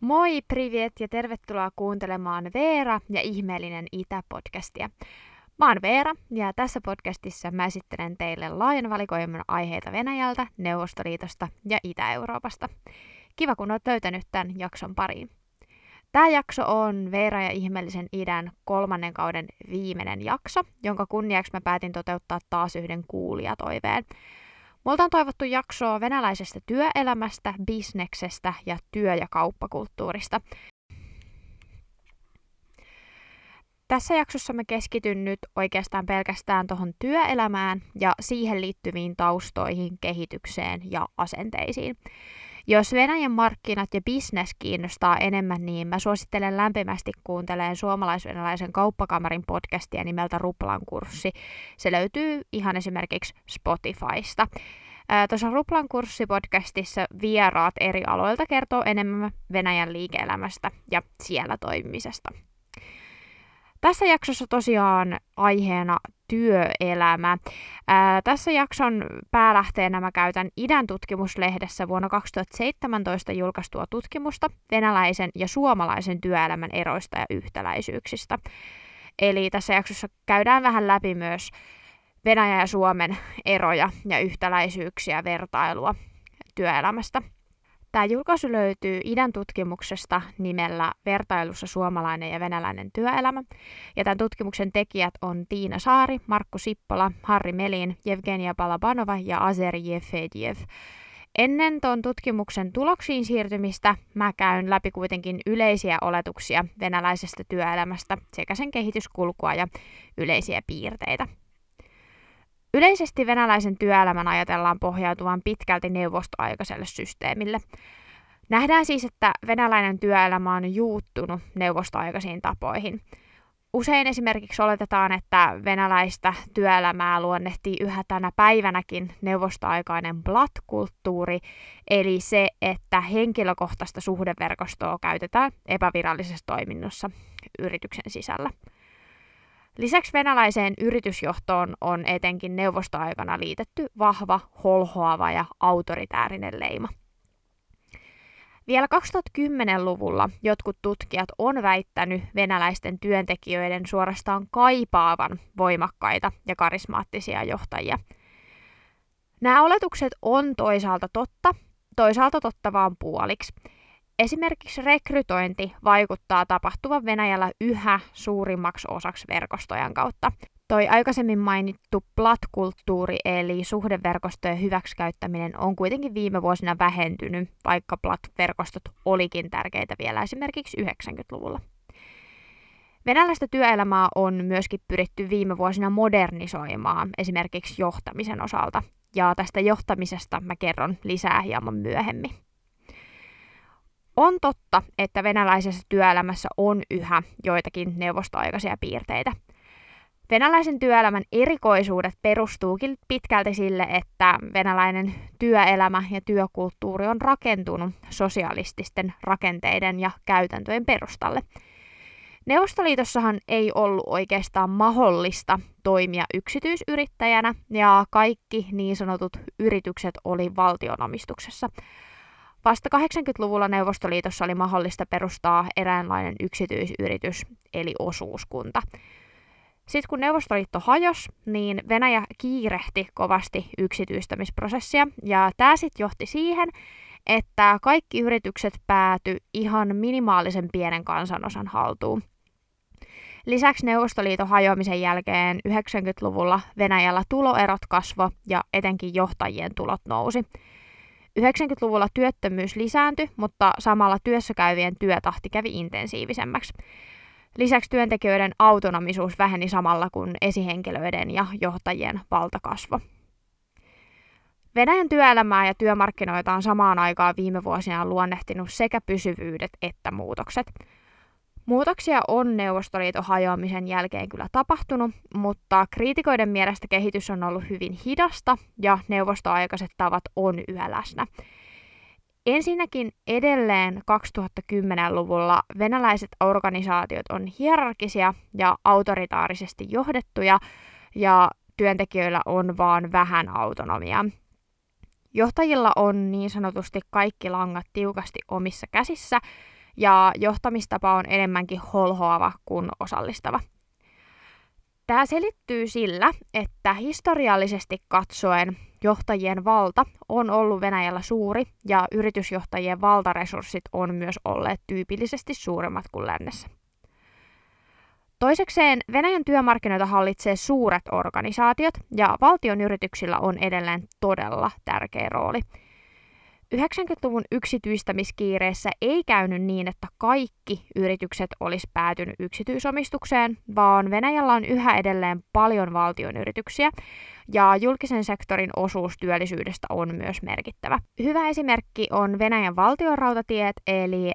Moi, privet ja tervetuloa kuuntelemaan Veera ja ihmeellinen Itä-podcastia. Mä oon Veera ja tässä podcastissa mä esittelen teille laajan valikoiman aiheita Venäjältä, Neuvostoliitosta ja Itä-Euroopasta. Kiva, kun oot löytänyt tämän jakson pariin. Tämä jakso on Veera ja ihmeellisen idän 3. kauden viimeinen jakso, jonka kunniaksi mä päätin toteuttaa taas yhden kuulijatoiveen. Multa on toivottu jaksoa venäläisestä työelämästä, bisneksestä ja työ- ja kauppakulttuurista. Tässä jaksossa mä keskityn nyt oikeastaan pelkästään tuohon työelämään ja siihen liittyviin taustoihin, kehitykseen ja asenteisiin. Jos Venäjän markkinat ja business kiinnostaa enemmän, niin mä suosittelen lämpimästi kuuntelemaan suomalais-venäläisen kauppakamarin podcastia nimeltä Ruplan kurssi. Se löytyy ihan esimerkiksi Spotifysta. Tuossa Ruplan kurssi-podcastissa vieraat eri aloilta kertoo enemmän Venäjän liike-elämästä ja siellä toimimisesta. Tässä jaksossa tosiaan aiheena työelämä. Tässä jakson päälähteenä mä käytän Idän tutkimuslehdessä vuonna 2017 julkaistua tutkimusta venäläisen ja suomalaisen työelämän eroista ja yhtäläisyyksistä. Eli tässä jaksossa käydään vähän läpi myös Venäjän ja Suomen eroja ja yhtäläisyyksiä vertailua työelämästä. Tämä julkaisu löytyy Idän tutkimuksesta nimellä Vertailussa suomalainen ja venäläinen työelämä. Ja tämän tutkimuksen tekijät on Tiina Saari, Markku Sippola, Harri Melin, Jevgenia Balabanova ja Azer Jefedjev. Ennen tuon tutkimuksen tuloksiin siirtymistä mä käyn läpi kuitenkin yleisiä oletuksia venäläisestä työelämästä sekä sen kehityskulkua ja yleisiä piirteitä. Yleisesti venäläisen työelämän ajatellaan pohjautuvan pitkälti neuvostoaikaiselle systeemille. Nähdään siis, että venäläinen työelämä on juuttunut neuvostoaikaisiin tapoihin. Usein esimerkiksi oletetaan, että venäläistä työelämää luonnehtii yhä tänä päivänäkin neuvostoaikainen blat-kulttuuri, eli se, että henkilökohtaista suhdeverkostoa käytetään epävirallisessa toiminnossa yrityksen sisällä. Lisäksi venäläiseen yritysjohtoon on etenkin neuvostoaikana liitetty vahva, holhoava ja autoritäärinen leima. Vielä 2010-luvulla jotkut tutkijat on väittänyt venäläisten työntekijöiden suorastaan kaipaavan voimakkaita ja karismaattisia johtajia. Nämä oletukset on toisaalta totta vaan puoliksi. Esimerkiksi rekrytointi vaikuttaa tapahtuvan Venäjällä yhä suurimmaksi osaksi verkostojen kautta. Toi aikaisemmin mainittu plat-kulttuuri eli suhdeverkostojen hyväksikäyttäminen on kuitenkin viime vuosina vähentynyt, vaikka plat-verkostot olikin tärkeitä vielä esimerkiksi 90-luvulla. Venäläistä työelämää on myöskin pyritty viime vuosina modernisoimaan esimerkiksi johtamisen osalta, ja tästä johtamisesta mä kerron lisää hieman myöhemmin. On totta, että venäläisessä työelämässä on yhä joitakin neuvostoaikaisia piirteitä. Venäläisen työelämän erikoisuudet perustuukin pitkälti sille, että venäläinen työelämä ja työkulttuuri on rakentunut sosialististen rakenteiden ja käytäntöjen perustalle. Neuvostoliitossahan ei ollut oikeastaan mahdollista toimia yksityisyrittäjänä ja kaikki niin sanotut yritykset oli valtionomistuksessa. Vasta 80-luvulla Neuvostoliitossa oli mahdollista perustaa eräänlainen yksityisyritys, eli osuuskunta. Sitten kun Neuvostoliitto hajosi, niin Venäjä kiirehti kovasti yksityistämisprosessia, ja tämä sitten johti siihen, että kaikki yritykset päätyi ihan minimaalisen pienen kansanosan haltuun. Lisäksi Neuvostoliiton hajoamisen jälkeen 90-luvulla Venäjällä tuloerot kasvoi ja etenkin johtajien tulot nousi. 90-luvulla työttömyys lisääntyi, mutta samalla työssäkäyvien työtahti kävi intensiivisemmäksi. Lisäksi työntekijöiden autonomisuus väheni samalla, kun esihenkilöiden ja johtajien valta kasvoi. Venäjän työelämää ja työmarkkinoita on samaan aikaan viime vuosina luonnehtinut sekä pysyvyydet että muutokset. Muutoksia on Neuvostoliiton hajoamisen jälkeen kyllä tapahtunut, mutta kriitikoiden mielestä kehitys on ollut hyvin hidasta ja neuvostoaikaiset tavat on yhä läsnä. Ensinnäkin edelleen 2010-luvulla venäläiset organisaatiot on hierarkisia ja autoritaarisesti johdettuja ja työntekijöillä on vaan vähän autonomiaa. Johtajilla on niin sanotusti kaikki langat tiukasti omissa käsissä ja johtamistapa on enemmänkin holhoava kuin osallistava. Tämä selittyy sillä, että historiallisesti katsoen johtajien valta on ollut Venäjällä suuri ja yritysjohtajien valtaresurssit on myös olleet tyypillisesti suuremmat kuin lännessä. Toisekseen Venäjän työmarkkinoita hallitsee suuret organisaatiot ja valtion yrityksillä on edelleen todella tärkeä rooli. 90-luvun yksityistämiskiireessä ei käynyt niin, että kaikki yritykset olisi päätynyt yksityisomistukseen, vaan Venäjällä on yhä edelleen paljon valtion yrityksiä ja julkisen sektorin osuus työllisyydestä on myös merkittävä. Hyvä esimerkki on Venäjän valtionrautatiet eli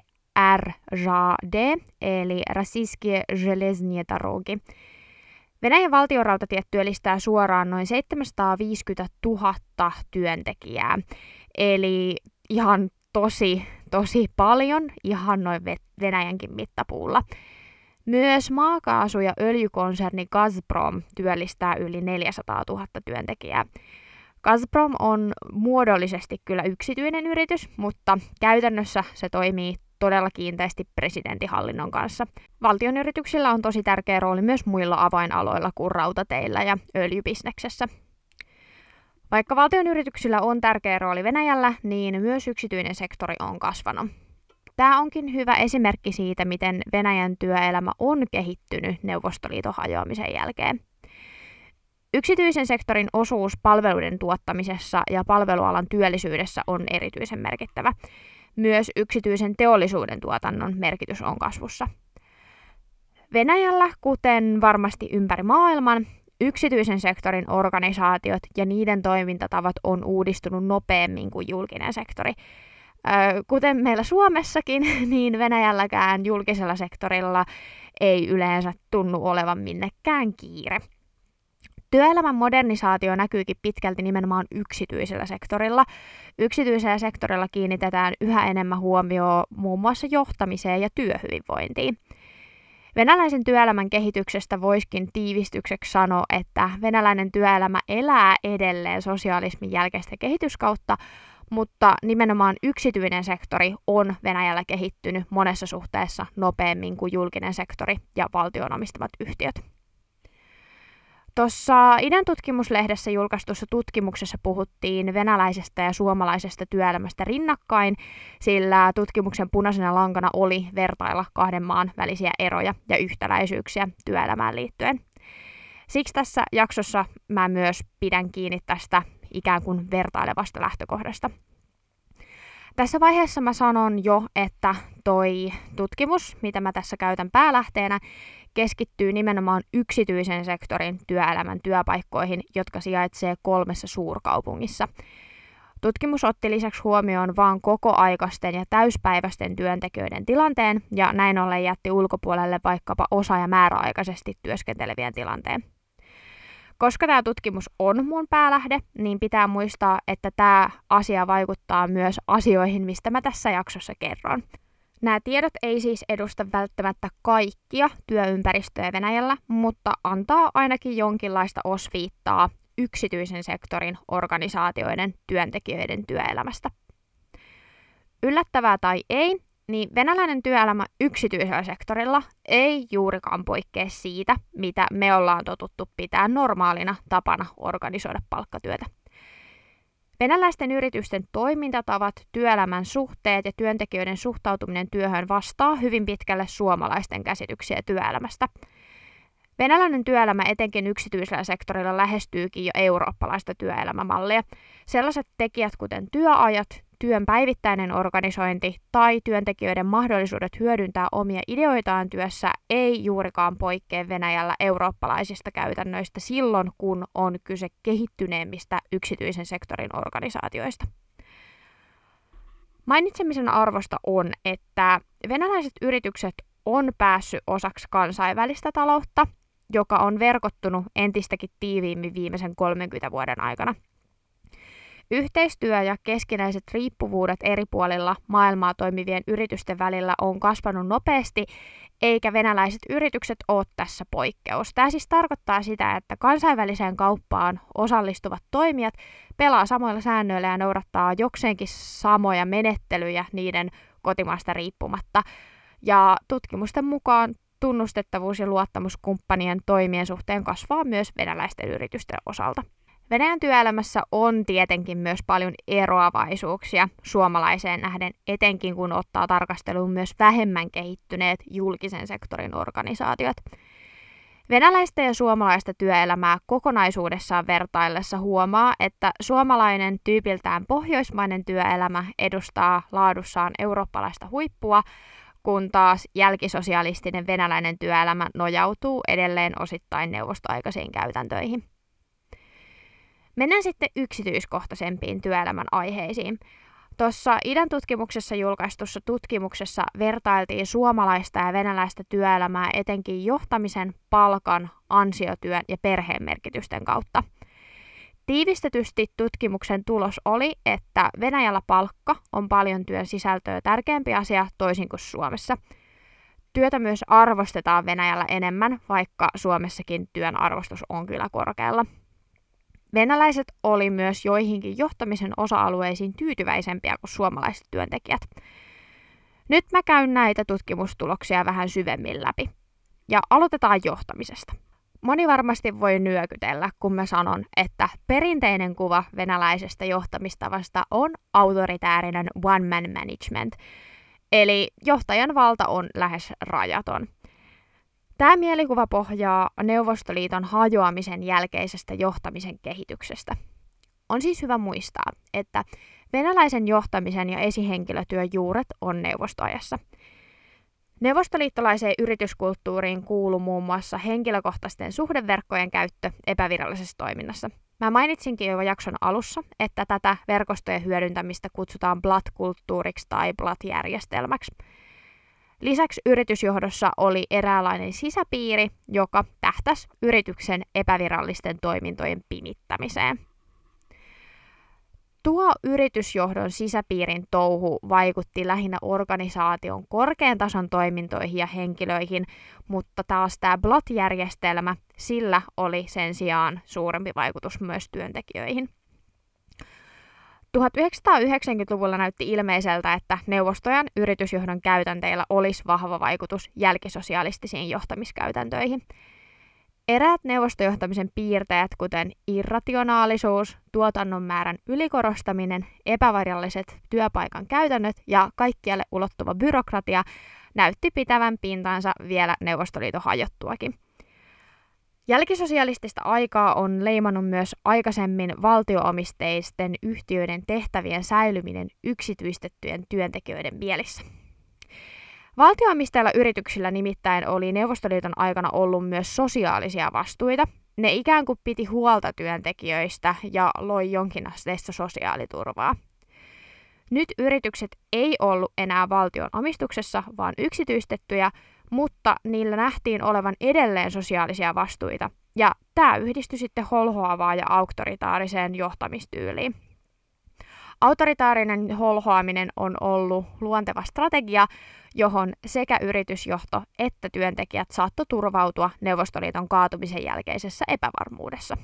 RŽD eli Российские железные дороги. Venäjän valtionrautatiet työllistää suoraan noin 750 000 työntekijää, eli ihan tosi paljon, ihan noin Venäjänkin mittapuulla. Myös maakaasu- ja öljykonserni Gazprom työllistää yli 400 000 työntekijää. Gazprom on muodollisesti kyllä yksityinen yritys, mutta käytännössä se toimii todella kiinteästi presidentinhallinnon kanssa. Valtionyrityksillä on tosi tärkeä rooli myös muilla avainaloilla kuin rautateillä ja öljybisneksessä. Vaikka valtionyrityksillä on tärkeä rooli Venäjällä, niin myös yksityinen sektori on kasvanut. Tämä onkin hyvä esimerkki siitä, miten Venäjän työelämä on kehittynyt Neuvostoliiton hajoamisen jälkeen. Yksityisen sektorin osuus palveluiden tuottamisessa ja palvelualan työllisyydessä on erityisen merkittävä. Myös yksityisen teollisuuden tuotannon merkitys on kasvussa. Venäjällä, kuten varmasti ympäri maailman, yksityisen sektorin organisaatiot ja niiden toimintatavat on uudistunut nopeammin kuin julkinen sektori. Kuten meillä Suomessakin, niin Venäjälläkään julkisella sektorilla ei yleensä tunnu olevan minnekään kiire. Työelämän modernisaatio näkyykin pitkälti nimenomaan yksityisellä sektorilla. Yksityisellä sektorilla kiinnitetään yhä enemmän huomioon muun muassa johtamiseen ja työhyvinvointiin. Venäläisen työelämän kehityksestä voisikin tiivistykseksi sanoa, että venäläinen työelämä elää edelleen sosialismin jälkeistä kehityskautta, mutta nimenomaan yksityinen sektori on Venäjällä kehittynyt monessa suhteessa nopeammin kuin julkinen sektori ja valtion omistamat yhtiöt. Tuossa Idän tutkimuslehdessä julkaistussa tutkimuksessa puhuttiin venäläisestä ja suomalaisesta työelämästä rinnakkain, sillä tutkimuksen punaisena lankana oli vertailla kahden maan välisiä eroja ja yhtäläisyyksiä työelämään liittyen. Siksi tässä jaksossa mä myös pidän kiinni tästä ikään kuin vertailevasta lähtökohdasta. Tässä vaiheessa mä sanon jo, että toi tutkimus, mitä mä tässä käytän päälähteenä, keskittyy nimenomaan yksityisen sektorin työelämän työpaikkoihin, jotka sijaitsee 3 suurkaupungissa. Tutkimus otti lisäksi huomioon vain kokoaikaisten ja täyspäiväisten työntekijöiden tilanteen ja näin ollen jätti ulkopuolelle vaikkapa osa- ja määräaikaisesti työskentelevien tilanteen. Koska tämä tutkimus on mun päälähde, niin pitää muistaa, että tämä asia vaikuttaa myös asioihin, mistä mä tässä jaksossa kerron. Nämä tiedot ei siis edusta välttämättä kaikkia työympäristöjä Venäjällä, mutta antaa ainakin jonkinlaista osviittaa yksityisen sektorin organisaatioiden työntekijöiden työelämästä. Yllättävää tai ei, niin venäläinen työelämä yksityisellä sektorilla ei juurikaan poikkea siitä, mitä me ollaan totuttu pitää normaalina tapana organisoida palkkatyötä. Venäläisten yritysten toimintatavat, työelämän suhteet ja työntekijöiden suhtautuminen työhön vastaa hyvin pitkälle suomalaisten käsityksiä työelämästä. Venäläinen työelämä etenkin yksityisellä sektorilla lähestyykin jo eurooppalaista työelämämallia. Sellaiset tekijät kuten työajat, työn päivittäinen organisointi tai työntekijöiden mahdollisuudet hyödyntää omia ideoitaan työssä ei juurikaan poikkea Venäjällä eurooppalaisista käytännöistä silloin, kun on kyse kehittyneemmistä yksityisen sektorin organisaatioista. Mainitsemisen arvosta on, että venäläiset yritykset on päässyt osaksi kansainvälistä taloutta, joka on verkottunut entistäkin tiiviimmin viimeisen 30 vuoden aikana. Yhteistyö ja keskinäiset riippuvuudet eri puolilla maailmaa toimivien yritysten välillä on kasvanut nopeasti, eikä venäläiset yritykset ole tässä poikkeus. Tämä siis tarkoittaa sitä, että kansainväliseen kauppaan osallistuvat toimijat pelaa samoilla säännöillä ja noudattaa jokseenkin samoja menettelyjä niiden kotimaasta riippumatta. Ja tutkimusten mukaan tunnustettavuus ja luottamus kumppanien toimien suhteen kasvaa myös venäläisten yritysten osalta. Venäjän työelämässä on tietenkin myös paljon eroavaisuuksia suomalaiseen nähden, etenkin kun ottaa tarkasteluun myös vähemmän kehittyneet julkisen sektorin organisaatiot. Venäläistä ja suomalaista työelämää kokonaisuudessaan vertaillessa huomaa, että suomalainen tyypiltään pohjoismainen työelämä edustaa laadussaan eurooppalaista huippua, kun taas jälkisosialistinen venäläinen työelämä nojautuu edelleen osittain neuvostoaikaisiin käytäntöihin. Mennään sitten yksityiskohtaisempiin työelämän aiheisiin. Tuossa idän tutkimuksessa julkaistussa tutkimuksessa vertailtiin suomalaista ja venäläistä työelämää etenkin johtamisen, palkan, ansiotyön ja perheen merkitysten kautta. Tiivistetysti tutkimuksen tulos oli, että Venäjällä palkka on paljon työn sisältöä tärkeämpi asia toisin kuin Suomessa. Työtä myös arvostetaan Venäjällä enemmän, vaikka Suomessakin työn arvostus on kyllä korkealla. Venäläiset oli myös joihinkin johtamisen osa-alueisiin tyytyväisempiä kuin suomalaiset työntekijät. Nyt mä käyn näitä tutkimustuloksia vähän syvemmin läpi. Ja aloitetaan johtamisesta. Moni varmasti voi nyökytellä, kun mä sanon, että perinteinen kuva venäläisestä johtamistavasta on autoritäärinen one-man management, eli johtajan valta on lähes rajaton. Tämä mielikuva pohjaa Neuvostoliiton hajoamisen jälkeisestä johtamisen kehityksestä. On siis hyvä muistaa, että venäläisen johtamisen ja esihenkilötyön juuret on neuvostoajassa. Neuvostoliittolaiseen yrityskulttuuriin kuuluu muun muassa henkilökohtaisten suhdeverkkojen käyttö epävirallisessa toiminnassa. Mä mainitsinkin jo jakson alussa, että tätä verkostojen hyödyntämistä kutsutaan blat-kulttuuriksi tai blat-järjestelmäksi. Lisäksi yritysjohdossa oli eräänlainen sisäpiiri, joka tähtäsi yrityksen epävirallisten toimintojen pimittämiseen. Tuo yritysjohdon sisäpiirin touhu vaikutti lähinnä organisaation korkean tason toimintoihin ja henkilöihin, mutta taas tämä blat-järjestelmä, sillä oli sen sijaan suurempi vaikutus myös työntekijöihin. 1990-luvulla näytti ilmeiseltä, että neuvostojen yritysjohdon käytänteillä olisi vahva vaikutus jälkisosialistisiin johtamiskäytäntöihin. Eräät neuvostojohtamisen piirteet, kuten irrationaalisuus, tuotannon määrän ylikorostaminen, epäviralliset työpaikan käytännöt ja kaikkialle ulottuva byrokratia, näytti pitävän pintansa vielä Neuvostoliiton hajottuakin. Jälkisosialistista aikaa on leimannut myös aikaisemmin valtioomisteisten yhtiöiden tehtävien säilyminen yksityistettyjen työntekijöiden mielissä. Valtioomisteilla yrityksillä nimittäin oli Neuvostoliiton aikana ollut myös sosiaalisia vastuita. Ne ikään kuin piti huolta työntekijöistä ja loi jonkinasteista sosiaaliturvaa. Nyt yritykset ei ollut enää valtion omistuksessa, vaan yksityistettyjä, mutta niillä nähtiin olevan edelleen sosiaalisia vastuita, ja tämä yhdistyi sitten holhoavaan ja auktoritaariseen johtamistyyliin. Autoritaarinen holhoaminen on ollut luonteva strategia, johon sekä yritysjohto että työntekijät saattoi turvautua Neuvostoliiton kaatumisen jälkeisessä epävarmuudessa.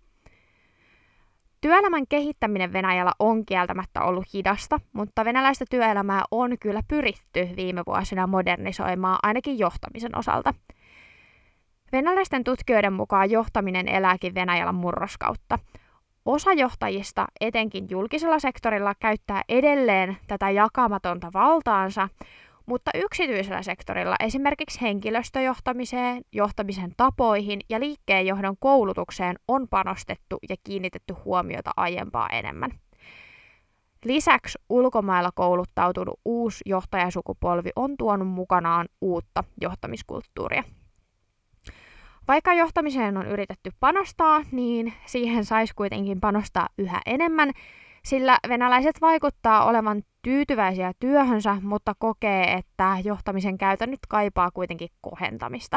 Työelämän kehittäminen Venäjällä on kieltämättä ollut hidasta, mutta venäläistä työelämää on kyllä pyritty viime vuosina modernisoimaan ainakin johtamisen osalta. Venäläisten tutkijoiden mukaan johtaminen elääkin Venäjällä murroskautta. Osa johtajista, etenkin julkisella sektorilla, käyttää edelleen tätä jakamatonta valtaansa, mutta yksityisellä sektorilla esimerkiksi henkilöstöjohtamiseen, johtamisen tapoihin ja liikkeenjohdon koulutukseen on panostettu ja kiinnitetty huomiota aiempaa enemmän. Lisäksi ulkomailla kouluttautunut uusi johtajasukupolvi on tuonut mukanaan uutta johtamiskulttuuria. Vaikka johtamiseen on yritetty panostaa, niin siihen saisi kuitenkin panostaa yhä enemmän, sillä venäläiset vaikuttaa olevan tyytyväisiä työhönsä, mutta kokee, että johtamisen käytännöt kaipaa kuitenkin kohentamista.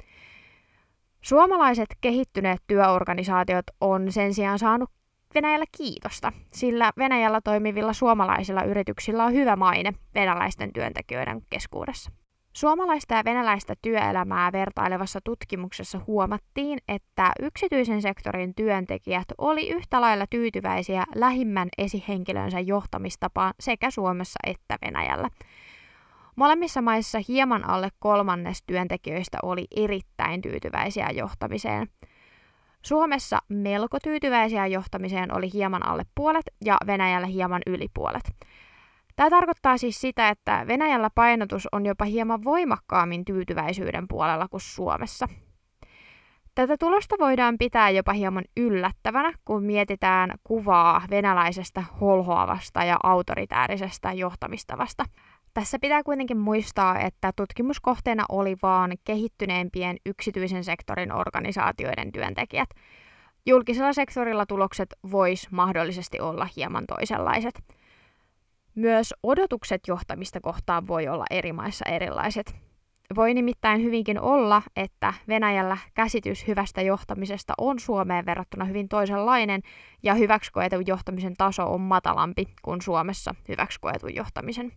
Suomalaiset kehittyneet työorganisaatiot on sen sijaan saanut Venäjällä kiitosta, sillä Venäjällä toimivilla suomalaisilla yrityksillä on hyvä maine venäläisten työntekijöiden keskuudessa. Suomalaista ja venäläistä työelämää vertailevassa tutkimuksessa huomattiin, että yksityisen sektorin työntekijät oli yhtä lailla tyytyväisiä lähimmän esihenkilönsä johtamistapaan sekä Suomessa että Venäjällä. Molemmissa maissa hieman alle kolmannes työntekijöistä oli erittäin tyytyväisiä johtamiseen. Suomessa melko tyytyväisiä johtamiseen oli hieman alle puolet ja Venäjällä hieman yli puolet. Tämä tarkoittaa siis sitä, että Venäjällä painotus on jopa hieman voimakkaammin tyytyväisyyden puolella kuin Suomessa. Tätä tulosta voidaan pitää jopa hieman yllättävänä, kun mietitään kuvaa venäläisestä holhoavasta ja autoritäärisestä johtamistavasta. Tässä pitää kuitenkin muistaa, että tutkimuskohteena oli vaan kehittyneempien yksityisen sektorin organisaatioiden työntekijät. Julkisella sektorilla tulokset vois mahdollisesti olla hieman toisenlaiset. Myös odotukset johtamista kohtaan voi olla eri maissa erilaiset. Voi nimittäin hyvinkin olla, että Venäjällä käsitys hyvästä johtamisesta on Suomeen verrattuna hyvin toisenlainen ja hyväksykoetun johtamisen taso on matalampi kuin Suomessa hyväksykoetun johtamisen.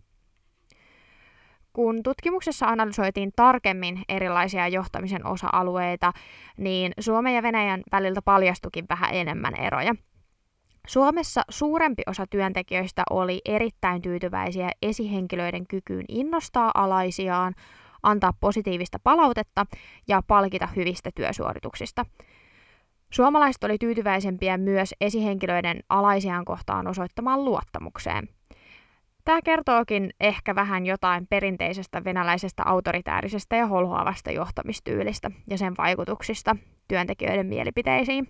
Kun tutkimuksessa analysoitiin tarkemmin erilaisia johtamisen osa-alueita, niin Suomen ja Venäjän väliltä paljastuikin vähän enemmän eroja. Suomessa suurempi osa työntekijöistä oli erittäin tyytyväisiä esihenkilöiden kykyyn innostaa alaisiaan, antaa positiivista palautetta ja palkita hyvistä työsuorituksista. Suomalaiset oli tyytyväisempiä myös esihenkilöiden alaisiaan kohtaan osoittamaan luottamukseen. Tämä kertookin ehkä vähän jotain perinteisestä venäläisestä autoritäärisestä ja holhoavasta johtamistyylistä ja sen vaikutuksista työntekijöiden mielipiteisiin.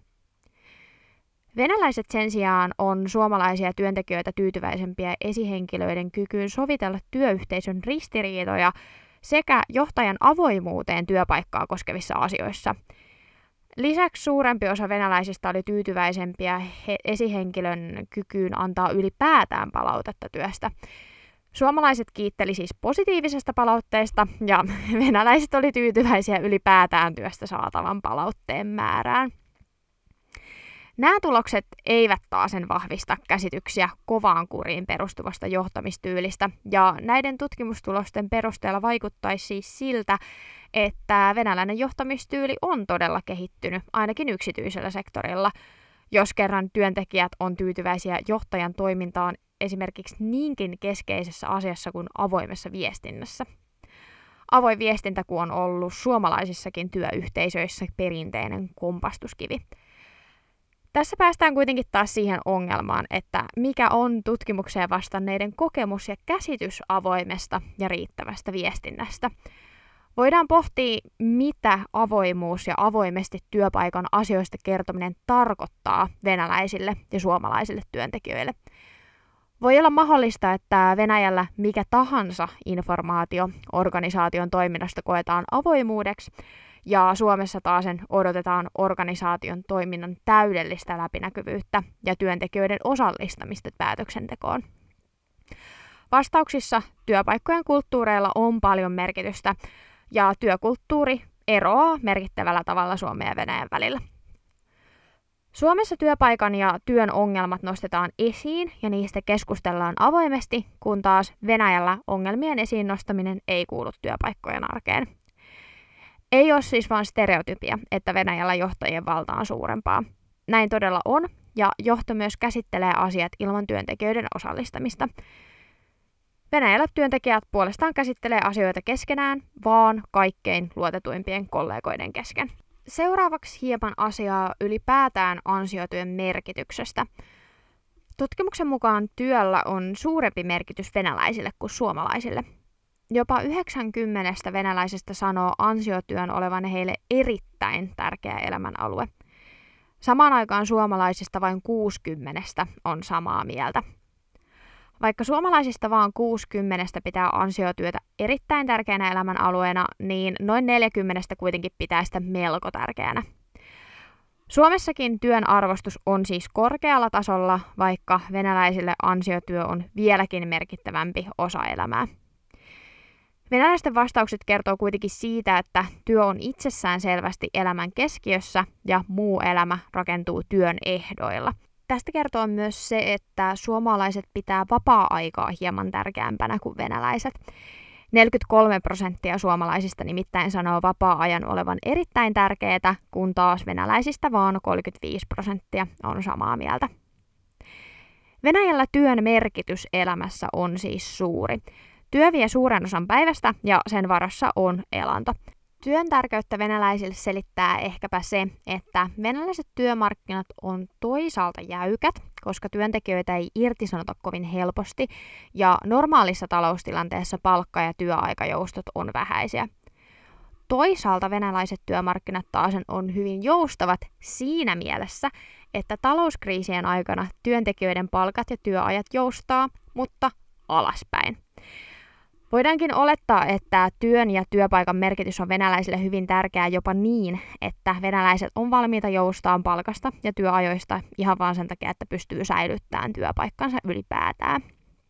Venäläiset sen sijaan on suomalaisia työntekijöitä tyytyväisempiä esihenkilöiden kykyyn sovitella työyhteisön ristiriitoja sekä johtajan avoimuuteen työpaikkaa koskevissa asioissa. Lisäksi suurempi osa venäläisistä oli tyytyväisempiä esihenkilön kykyyn antaa ylipäätään palautetta työstä. Suomalaiset kiitteli siis positiivisesta palautteesta ja venäläiset oli tyytyväisiä ylipäätään työstä saatavan palautteen määrään. Nämä tulokset eivät taasen vahvista käsityksiä kovaan kuriin perustuvasta johtamistyylistä, ja näiden tutkimustulosten perusteella vaikuttaisi siis siltä, että venäläinen johtamistyyli on todella kehittynyt, ainakin yksityisellä sektorilla, jos kerran työntekijät on tyytyväisiä johtajan toimintaan esimerkiksi niinkin keskeisessä asiassa kuin avoimessa viestinnässä. Avoin viestintä kun on ollut suomalaisissakin työyhteisöissä perinteinen kompastuskivi. Tässä päästään kuitenkin taas siihen ongelmaan, että mikä on tutkimukseen vastanneiden kokemus ja käsitys avoimesta ja riittävästä viestinnästä. Voidaan pohtia, mitä avoimuus ja avoimesti työpaikan asioista kertominen tarkoittaa venäläisille ja suomalaisille työntekijöille. Voi olla mahdollista, että Venäjällä mikä tahansa informaatio organisaation toiminnasta koetaan avoimuudeksi, ja Suomessa taasen odotetaan organisaation toiminnan täydellistä läpinäkyvyyttä ja työntekijöiden osallistamista päätöksentekoon. Vastauksissa työpaikkojen kulttuureilla on paljon merkitystä, ja työkulttuuri eroaa merkittävällä tavalla Suomen ja Venäjän välillä. Suomessa työpaikan ja työn ongelmat nostetaan esiin ja niistä keskustellaan avoimesti, kun taas Venäjällä ongelmien esiin nostaminen ei kuulu työpaikkojen arkeen. Ei ole siis vain stereotypia, että Venäjällä johtajien valta on suurempaa. Näin todella on, ja johto myös käsittelee asiat ilman työntekijöiden osallistamista. Venäjällä työntekijät puolestaan käsittelee asioita keskenään, vaan kaikkein luotetuimpien kollegoiden kesken. Seuraavaksi hieman asiaa ylipäätään ansiotyön merkityksestä. Tutkimuksen mukaan työllä on suurempi merkitys venäläisille kuin suomalaisille. Jopa 90 venäläisestä sanoo ansiotyön olevan heille erittäin tärkeä elämänalue. Samaan aikaan suomalaisista vain 60 on samaa mieltä. Vaikka suomalaisista vaan 60 pitää ansiotyötä erittäin tärkeänä elämänalueena, niin noin 40 kuitenkin pitää sitä melko tärkeänä. Suomessakin työn arvostus on siis korkealla tasolla, vaikka venäläisille ansiotyö on vieläkin merkittävämpi osa elämää. Venäläisten vastaukset kertoo kuitenkin siitä, että työ on itsessään selvästi elämän keskiössä ja muu elämä rakentuu työn ehdoilla. Tästä kertoo myös se, että suomalaiset pitää vapaa-aikaa hieman tärkeämpänä kuin venäläiset. 43% suomalaisista nimittäin sanoo vapaa-ajan olevan erittäin tärkeää, kun taas venäläisistä vaan 35% on samaa mieltä. Venäjällä työn merkitys elämässä on siis suuri. Työ vie suuren osan päivästä ja sen varassa on elanto. Työn tärkeyttä venäläisille selittää ehkäpä se, että venäläiset työmarkkinat on toisaalta jäykät, koska työntekijöitä ei irtisanota kovin helposti ja normaalissa taloustilanteessa palkka- ja työaikajoustot on vähäisiä. Toisaalta venäläiset työmarkkinat taas on hyvin joustavat siinä mielessä, että talouskriisien aikana työntekijöiden palkat ja työajat joustaa, mutta alaspäin. Voidaankin olettaa, että työn ja työpaikan merkitys on venäläisille hyvin tärkeää jopa niin, että venäläiset on valmiita joustamaan palkasta ja työajoista ihan vaan sen takia, että pystyy säilyttämään työpaikkansa ylipäätään.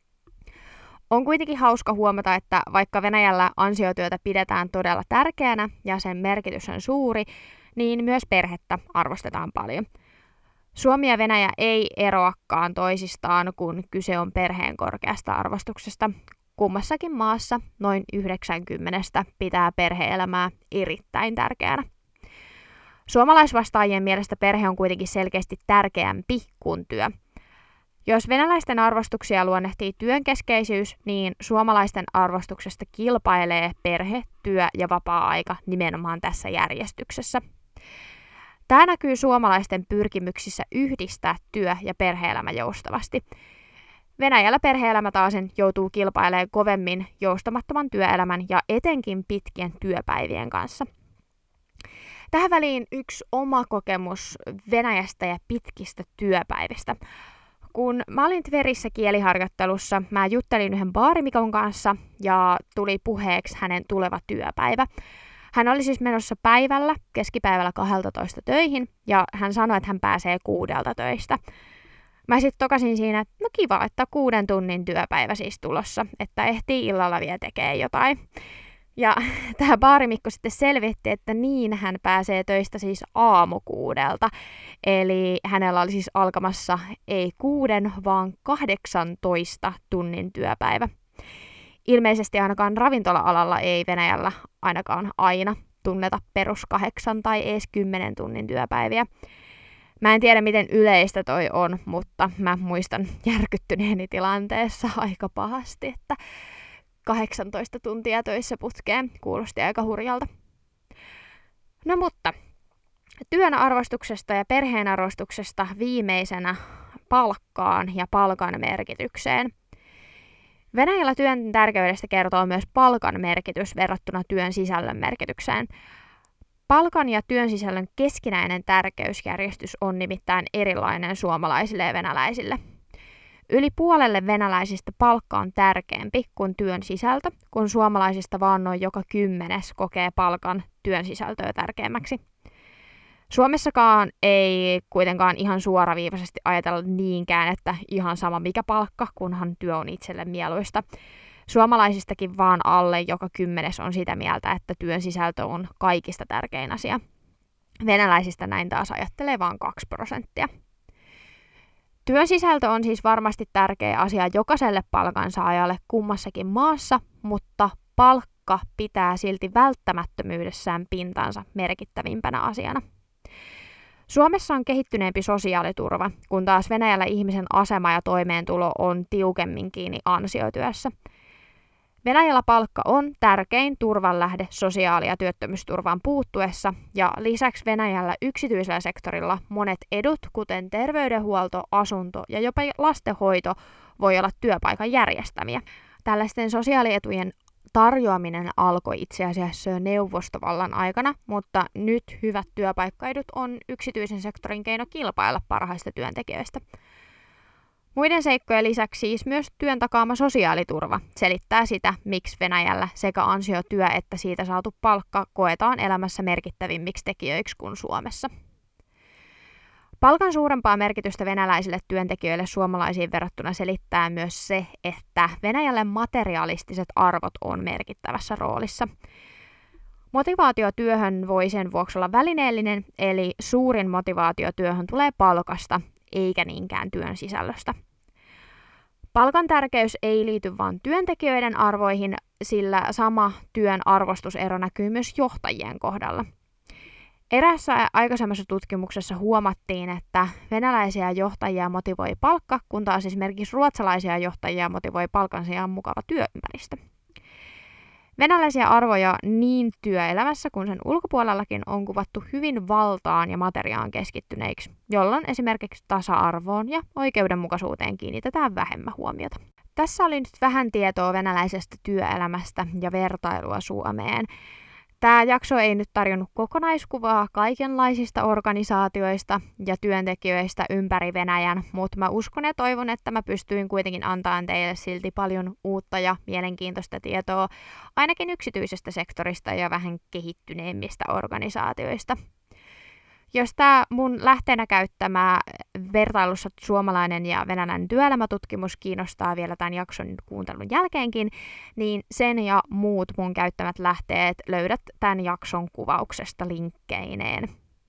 On kuitenkin hauska huomata, että vaikka Venäjällä ansiotyötä pidetään todella tärkeänä ja sen merkitys on suuri, niin myös perhettä arvostetaan paljon. Suomi ja Venäjä ei eroakaan toisistaan, kun kyse on perheen korkeasta arvostuksesta. Kummassakin maassa noin 90 pitää perhe-elämää erittäin tärkeänä. Suomalaisvastaajien mielestä perhe on kuitenkin selkeästi tärkeämpi kuin työ. Jos venäläisten arvostuksia luonnehtii työnkeskeisyys, niin suomalaisten arvostuksesta kilpailee perhe, työ ja vapaa-aika nimenomaan tässä järjestyksessä. Tämä näkyy suomalaisten pyrkimyksissä yhdistää työ- ja perhe-elämä joustavasti. Venäjällä perhe-elämä taas joutuu kilpailemaan kovemmin joustamattoman työelämän ja etenkin pitkien työpäivien kanssa. Tähän väliin yksi oma kokemus Venäjästä ja pitkistä työpäivistä. Kun mä olin Tverissä kieliharjoittelussa, mä juttelin yhden baarimikon kanssa ja tuli puheeksi hänen tuleva työpäivä. Hän oli siis menossa päivällä, keskipäivällä 12 töihin ja hän sanoi, että hän pääsee 6 töistä. Mä sitten tokasin siinä, että no kiva, että 6 tunnin työpäivä siis tulossa, että ehtii illalla vielä tekee jotain. Ja tämä baarimikko sitten selvitti, että niin hän pääsee töistä siis aamu 6. Eli hänellä oli siis alkamassa ei 6, vaan 18 tunnin työpäivä. Ilmeisesti ainakaan ravintola-alalla ei Venäjällä ainakaan aina tunneta perus 8 tai edes 10 tunnin työpäiviä. Mä en tiedä, miten yleistä toi on, mutta mä muistan järkyttyneeni tilanteessa aika pahasti, että 18 tuntia töissä putkeen kuulosti aika hurjalta. No mutta, työn arvostuksesta ja perheen arvostuksesta viimeisenä palkkaan ja palkan merkitykseen. Venäjällä työn tärkeydestä kertoo myös palkan merkitys verrattuna työn sisällön merkitykseen. Palkan ja työn sisällön keskinäinen tärkeysjärjestys on nimittäin erilainen suomalaisille ja venäläisille. Yli puolelle venäläisistä palkka on tärkeämpi kuin työn sisältö, kun suomalaisista vaan noin joka 10 kokee palkan työn sisältöä tärkeämmäksi. Suomessakaan ei kuitenkaan ihan suoraviivaisesti ajatella niinkään, että ihan sama mikä palkka, kunhan työ on itselle mieluista. Suomalaisistakin vaan alle joka 10 on sitä mieltä, että työn sisältö on kaikista tärkein asia. Venäläisistä näin taas ajattelee vain 2%. Työn sisältö on siis varmasti tärkeä asia jokaiselle palkansaajalle kummassakin maassa, mutta palkka pitää silti välttämättömyydessään pintansa merkittävimpänä asiana. Suomessa on kehittyneempi sosiaaliturva, kun taas Venäjällä ihmisen asema ja toimeentulo on tiukemmin kiinni ansiotyössä. Venäjällä palkka on tärkein turvanlähde sosiaali- ja työttömyysturvan puuttuessa, ja lisäksi Venäjällä yksityisellä sektorilla monet edut, kuten terveydenhuolto, asunto ja jopa lastenhoito, voi olla työpaikan järjestämiä. Tällaisten sosiaalietujen tarjoaminen alkoi itse asiassa jo neuvostovallan aikana, mutta nyt hyvät työpaikkaedut on yksityisen sektorin keino kilpailla parhaista työntekijöistä. Muiden seikkojen lisäksi siis myös työn takaama sosiaaliturva selittää sitä, miksi Venäjällä sekä ansiotyö että siitä saatu palkka koetaan elämässä merkittävimmiksi tekijöiksi kuin Suomessa. Palkan suurempaa merkitystä venäläisille työntekijöille suomalaisiin verrattuna selittää myös se, että Venäjälle materialistiset arvot on merkittävässä roolissa. Motivaatio työhön voi sen vuoksi olla välineellinen, eli suurin motivaatio työhön tulee palkasta, eikä niinkään työn sisällöstä. Palkan tärkeys ei liity vain työntekijöiden arvoihin, sillä sama työn arvostusero näkyy myös johtajien kohdalla. Eräässä aikaisemmassa tutkimuksessa huomattiin, että venäläisiä johtajia motivoi palkka, kun taas esimerkiksi ruotsalaisia johtajia motivoi palkan sijaan mukava työympäristö. Venäläisiä arvoja niin työelämässä kuin sen ulkopuolellakin on kuvattu hyvin valtaan ja materiaan keskittyneiksi, jolloin esimerkiksi tasa-arvoon ja oikeudenmukaisuuteen kiinnitetään vähemmän huomiota. Tässä oli nyt vähän tietoa venäläisestä työelämästä ja vertailua Suomeen. Tämä jakso ei nyt tarjonnut kokonaiskuvaa kaikenlaisista organisaatioista ja työntekijöistä ympäri Venäjän, mutta mä uskon ja toivon, että mä pystyin kuitenkin antamaan teille silti paljon uutta ja mielenkiintoista tietoa ainakin yksityisestä sektorista ja vähän kehittyneemmistä organisaatioista. Jos tämä mun lähteenä käyttämä vertailussa suomalainen ja venäläinen työelämätutkimus kiinnostaa vielä tämän jakson kuuntelun jälkeenkin, niin sen ja muut mun käyttämät lähteet löydät tämän jakson kuvauksesta linkkeineen.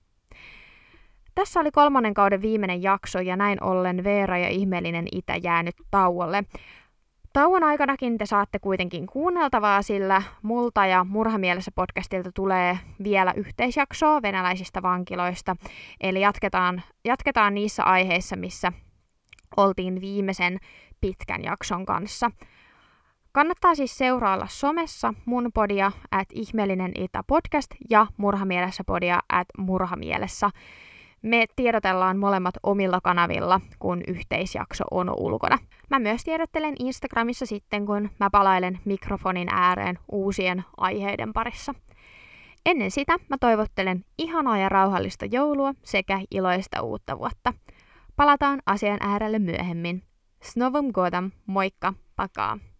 Tässä oli 3. kauden viimeinen jakso ja näin ollen Veera ja ihmeellinen Itä jäänyt tauolle. Tauon aikanakin te saatte kuitenkin kuunneltavaa, sillä multa ja Murhamielessä podcastilta tulee vielä yhteisjaksoa venäläisistä vankiloista, eli jatketaan niissä aiheissa, missä oltiin viimeisen pitkän jakson kanssa. Kannattaa siis seurailla somessa mun podia @ihmeellinen Itä podcast ja Murhamielessä podia @murhamielessä. Me tiedotellaan molemmat omilla kanavilla, kun yhteisjakso on ulkona. Mä myös tiedottelen Instagramissa sitten, kun mä palailen mikrofonin ääreen uusien aiheiden parissa. Ennen sitä mä toivottelen ihanaa ja rauhallista joulua sekä iloista uutta vuotta. Palataan asian äärelle myöhemmin. S Novым годом, moikka, pakaa!